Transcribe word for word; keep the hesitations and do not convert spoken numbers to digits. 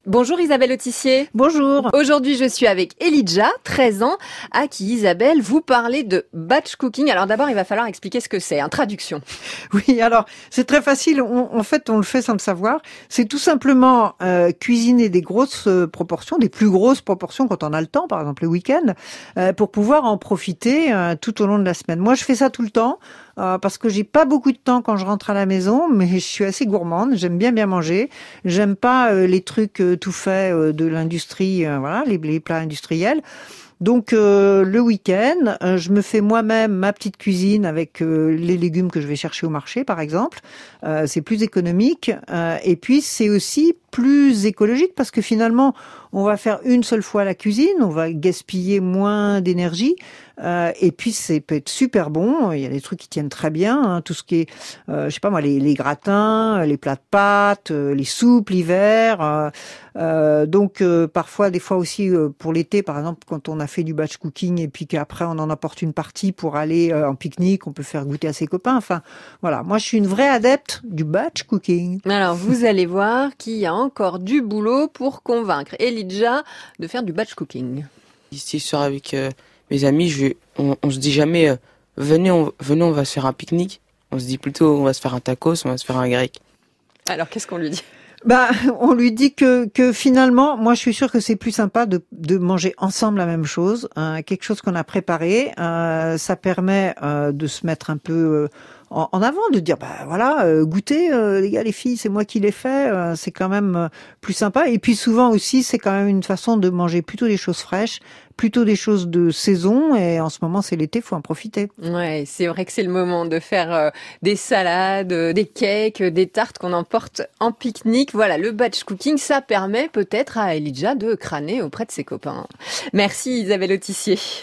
Bonjour Isabelle Autissier. Bonjour. Aujourd'hui, je suis avec Elijah, treize ans, à qui Isabelle, vous parlez de batch cooking. Alors d'abord, il va falloir expliquer ce que c'est, hein, traduction. Oui, alors c'est très facile. On, en fait, on le fait sans le savoir. C'est tout simplement euh, cuisiner des grosses euh, proportions, des plus grosses proportions quand on a le temps, par exemple le week-end, euh, pour pouvoir en profiter euh, tout au long de la semaine. Moi, je fais ça tout le temps. Euh, parce que j'ai pas beaucoup de temps quand je rentre à la maison, mais je suis assez gourmande. J'aime bien bien manger. J'aime pas euh, les trucs euh, tout faits euh, de l'industrie, euh, voilà, les, les plats industriels. Donc euh, le week-end, euh, je me fais moi-même ma petite cuisine avec euh, les légumes que je vais chercher au marché, par exemple. Euh, c'est plus économique euh, et puis c'est aussi plus écologique parce que finalement, on va faire une seule fois la cuisine, on va gaspiller moins d'énergie euh, et puis c'est peut être super bon. Il y a des trucs qui tiennent très bien, hein, tout ce qui est, euh, je sais pas moi, les, les gratins, les plats de pâtes, euh, les soupes l'hiver. Euh, euh, donc euh, parfois, des fois aussi euh, pour l'été, par exemple, quand on a fait du batch cooking et puis qu'après on en apporte une partie pour aller euh, en pique-nique, on peut faire goûter à ses copains. Enfin, voilà. Moi, je suis une vraie adepte du batch cooking. Alors, vous allez voir qu'il y a encore du boulot pour convaincre Elijah de faire du batch cooking. Ici, je sors avec euh, mes amis, je, on, on se dit jamais euh, venez, on, venez, on va se faire un pique-nique. On se dit plutôt on va se faire un tacos, on va se faire un grec. Alors, qu'est-ce qu'on lui dit ? Bah, on lui dit que que finalement, moi, je suis sûre que c'est plus sympa de de manger ensemble la même chose, hein, quelque chose qu'on a préparé. Euh, ça permet euh, de se mettre un peu euh, en, en avant, de dire bah voilà, euh, goûtez euh, les gars, les filles, c'est moi qui l'ai fait. Euh, c'est quand même euh, plus sympa. Et puis souvent aussi, c'est quand même une façon de manger plutôt des choses fraîches, plutôt des choses de saison. Et en ce moment, c'est l'été, faut en profiter. Ouais, c'est vrai que c'est le moment de faire euh, des salades, euh, des cakes, euh, des tartes qu'on emporte en pique-nique. Voilà, le batch cooking, ça permet peut-être à Elijah de crâner auprès de ses copains. Merci Isabelle Autissier.